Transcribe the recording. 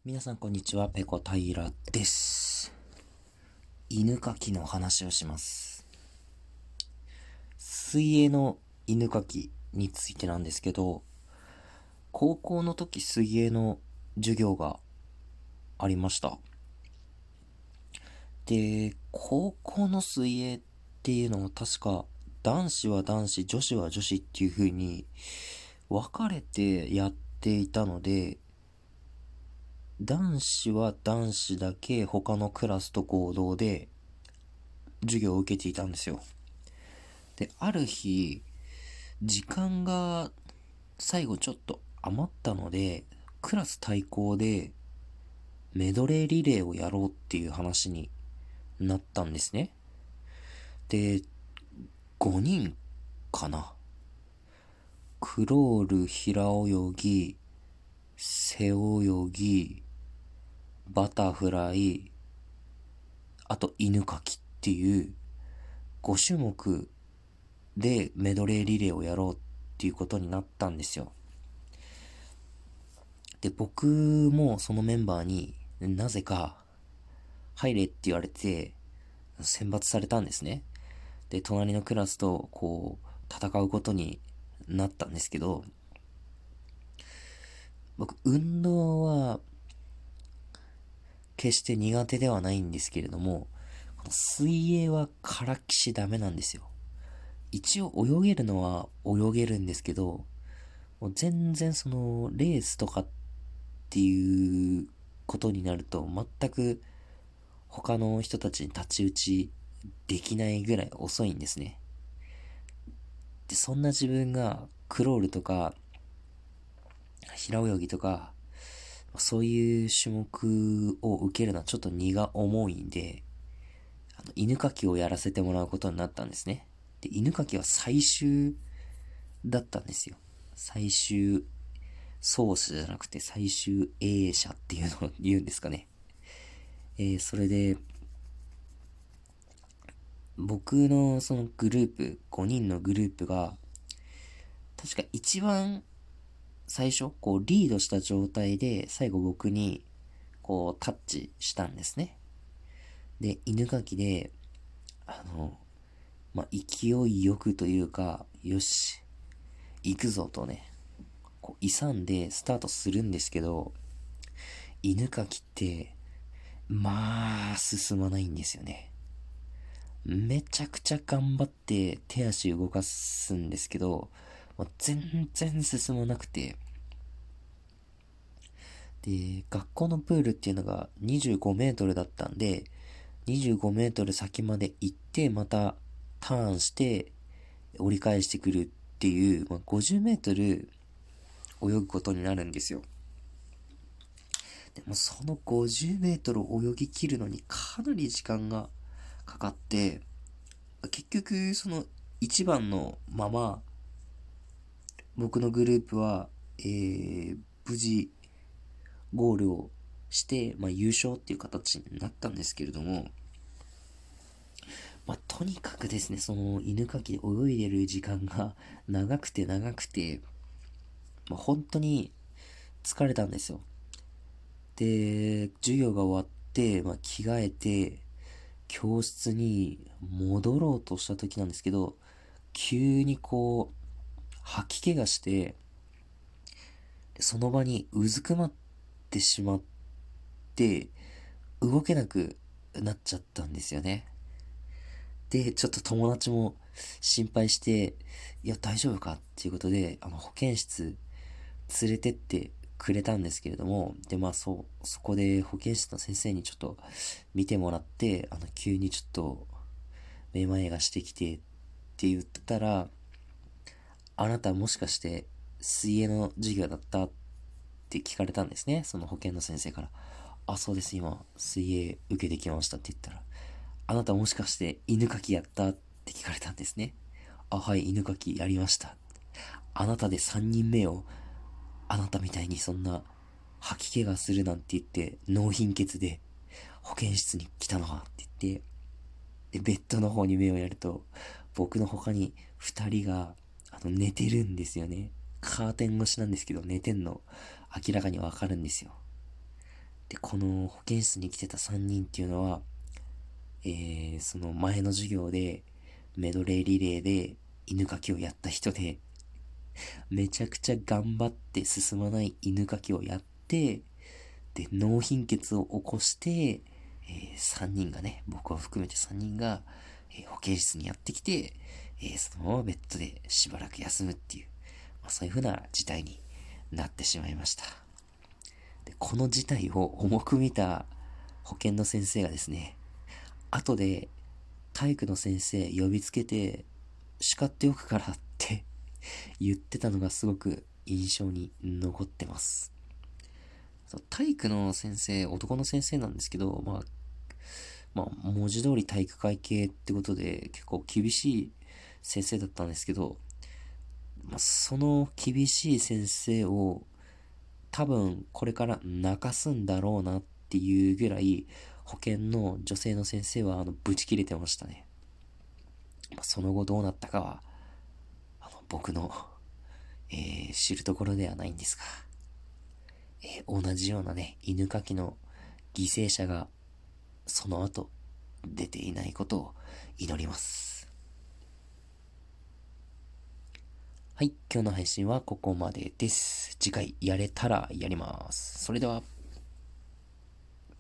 皆さんこんにちは、ペコ平です。犬かきの話をします。水泳の犬かきについてなんですけど、高校の時水泳の授業がありました。で、高校の水泳っていうのは確か男子は男子、女子は女子っていう風に分かれてやっていたので、男子は男子だけ他のクラスと合同で授業を受けていたんですよ。で、ある日、時間が最後ちょっと余ったので、クラス対抗でメドレーリレーをやろうっていう話になったんですね。で、5人かな。クロール、平泳ぎ、背泳ぎ、バタフライ、あと犬かきっていう5種目でメドレーリレーをやろうっていうことになったんですよ。で、僕もそのメンバーになぜか入れって言われて選抜されたんですね。で、隣のクラスとこう戦うことになったんですけど、僕運動は決して苦手ではないんですけれども、水泳はからっきしダメなんですよ。一応泳げるのは泳げるんですけど、もう全然そのレースとかっていうことになると全く他の人たちに太刀打ちできないぐらい遅いんですね。で、そんな自分がクロールとか平泳ぎとかそういう種目を受けるのはちょっと荷が重いんで、犬かきをやらせてもらうことになったんですね。で、犬かきは最終だったんですよ。最終走者じゃなくて最終泳者っていうのを言うんですかね。それで、僕のそのグループ、5人のグループが、確か一番最初、こうリードした状態で最後僕にこうタッチしたんですね。で、犬かきで、あの、勢いよくというか、よし、行くぞとね、こう勇んでスタートするんですけど、犬かきって、進まないんですよね。めちゃくちゃ頑張って手足動かすんですけど、もう全然進まなくて、で、学校のプールっていうのが25メートルだったんで、25メートル先まで行って、またターンして折り返してくるっていう、50メートル泳ぐことになるんですよ。でもその50メートル泳ぎ切るのにかなり時間がかかって、結局その1番のまま僕のグループは、無事ゴールをして、優勝っていう形になったんですけれども、とにかくですね、その犬かきで泳いでる時間が長くて長くて、本当に疲れたんですよ。で、授業が終わって、着替えて、教室に戻ろうとした時なんですけど、急にこう、吐き気がして、その場にうずくまってしまって、動けなくなっちゃったんですよね。で、ちょっと友達も心配して、いや、大丈夫かっていうことで、保健室連れてってくれたんですけれども、で、そこで保健室の先生にちょっと見てもらって、急にちょっと、めまいがしてきてって言ったら、あなたもしかして水泳の授業だったって聞かれたんですね。その保健の先生から。あ、そうです、今、水泳受けてきましたって言ったら、あなたもしかして犬かきやったって聞かれたんですね。あ、はい、犬かきやりました。あなたで3人目を、あなたみたいにそんな吐き気がするなんて言って、脳貧血で保健室に来たのはって言って、で、ベッドの方に目をやると、僕の他に2人が、寝てるんですよね。カーテン越しなんですけど、寝てんの、明らかにわかるんですよ。 で、この保健室に来てた3人っていうのは、その前の授業でメドレーリレーで犬かきをやった人で、めちゃくちゃ頑張って進まない犬かきをやって、で、脳貧血を起こして、3人がね、僕を含めて3人が、保健室にやってきて、そのままベッドでしばらく休むっていう、そういう風な事態になってしまいました。で、この事態を重く見た保健の先生がですね、後で体育の先生呼びつけて叱っておくからって言ってたのがすごく印象に残ってます。体育の先生、男の先生なんですけど、文字通り体育会系ってことで結構厳しい先生だったんですけど、その厳しい先生を多分これから泣かすんだろうなっていうぐらい保健の女性の先生はブチ切れてましたね。その後どうなったかは僕の、知るところではないんですが、同じようなね、犬かきの犠牲者がその後出ていないことを祈ります。はい、今日の配信はここまでです。次回やれたらやります。それでは。